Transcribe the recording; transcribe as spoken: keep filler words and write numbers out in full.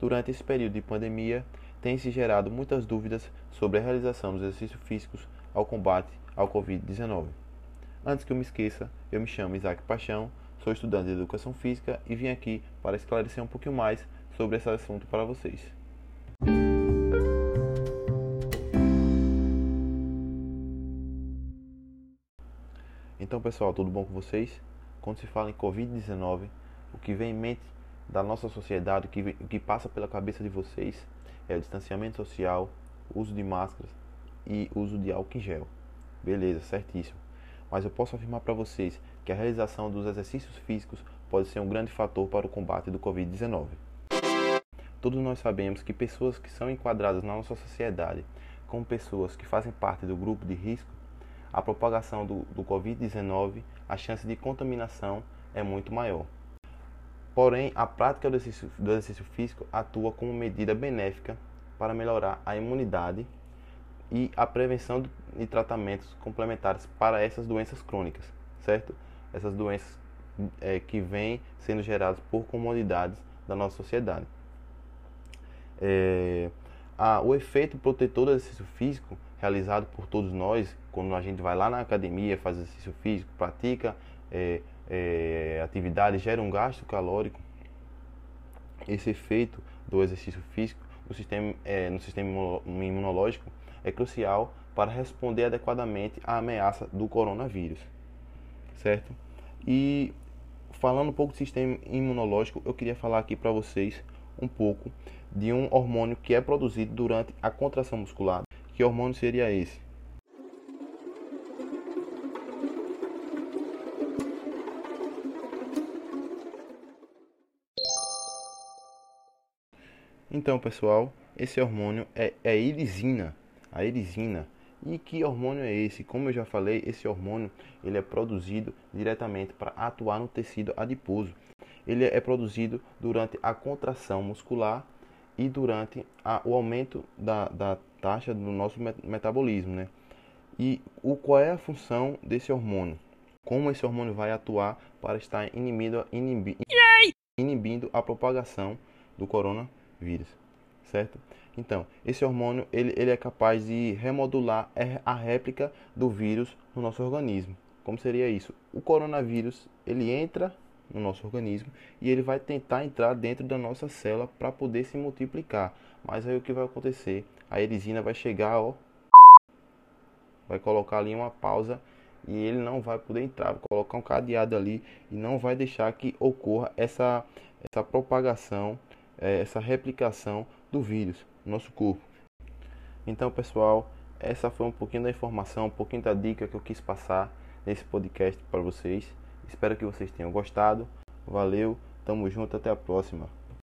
durante esse período de pandemia, tem se gerado muitas dúvidas sobre a realização dos exercícios físicos ao combate ao covid dezenove. Antes que eu me esqueça, eu me chamo Isaac Paixão, sou estudante de Educação Física e vim aqui para esclarecer um pouquinho mais sobre esse assunto para vocês. Então, pessoal, tudo bom com vocês? Quando se fala em covid dezenove, o que vem em mente da nossa sociedade, o que, o que passa pela cabeça de vocês é o distanciamento social, uso de máscaras e uso de álcool em gel. Beleza, certíssimo. Mas eu posso afirmar para vocês que a realização dos exercícios físicos pode ser um grande fator para o combate do covid dezenove. Todos nós sabemos que pessoas que são enquadradas na nossa sociedade como pessoas que fazem parte do grupo de risco, a propagação do, do covid dezenove, a chance de contaminação é muito maior. Porém, a prática do exercício, do exercício físico atua como medida benéfica para melhorar a imunidade e a prevenção de tratamentos complementares para essas doenças crônicas, certo? Essas doenças é, que vêm sendo geradas por comodidades da nossa sociedade. É, a, o efeito protetor do exercício físico realizado por todos nós, quando a gente vai lá na academia, faz exercício físico, pratica é, é, atividade, gera um gasto calórico. Esse efeito do exercício físico no sistema, é, no sistema imunológico é crucial para responder adequadamente à ameaça do coronavírus, certo? E falando um pouco do sistema imunológico, eu queria falar aqui para vocês um pouco de um hormônio que é produzido durante a contração muscular. Que hormônio seria esse? Então, pessoal, esse hormônio é, é a irisina, a irisina. E que hormônio é esse? Como eu já falei, esse hormônio ele é produzido diretamente para atuar no tecido adiposo. Ele é produzido durante a contração muscular e durante a, o aumento da, da taxa do nosso metabolismo, né? E o, qual é a função desse hormônio? Como esse hormônio vai atuar para estar inibindo, inibi, inibindo a propagação do coronavírus, certo? Então, esse hormônio ele, ele é capaz de remodular a réplica do vírus no nosso organismo. Como seria isso? O coronavírus ele entra no nosso organismo e ele vai tentar entrar dentro da nossa célula para poder se multiplicar. Mas aí o que vai acontecer? A irisina vai chegar, ó, vai colocar ali uma pausa e ele não vai poder entrar, vai colocar um cadeado ali e não vai deixar que ocorra essa, essa propagação, essa replicação do vírus no nosso corpo. Então, pessoal, essa foi um pouquinho da informação, um pouquinho da dica que eu quis passar nesse podcast para vocês. Espero que vocês tenham gostado. Valeu, tamo junto, até a próxima.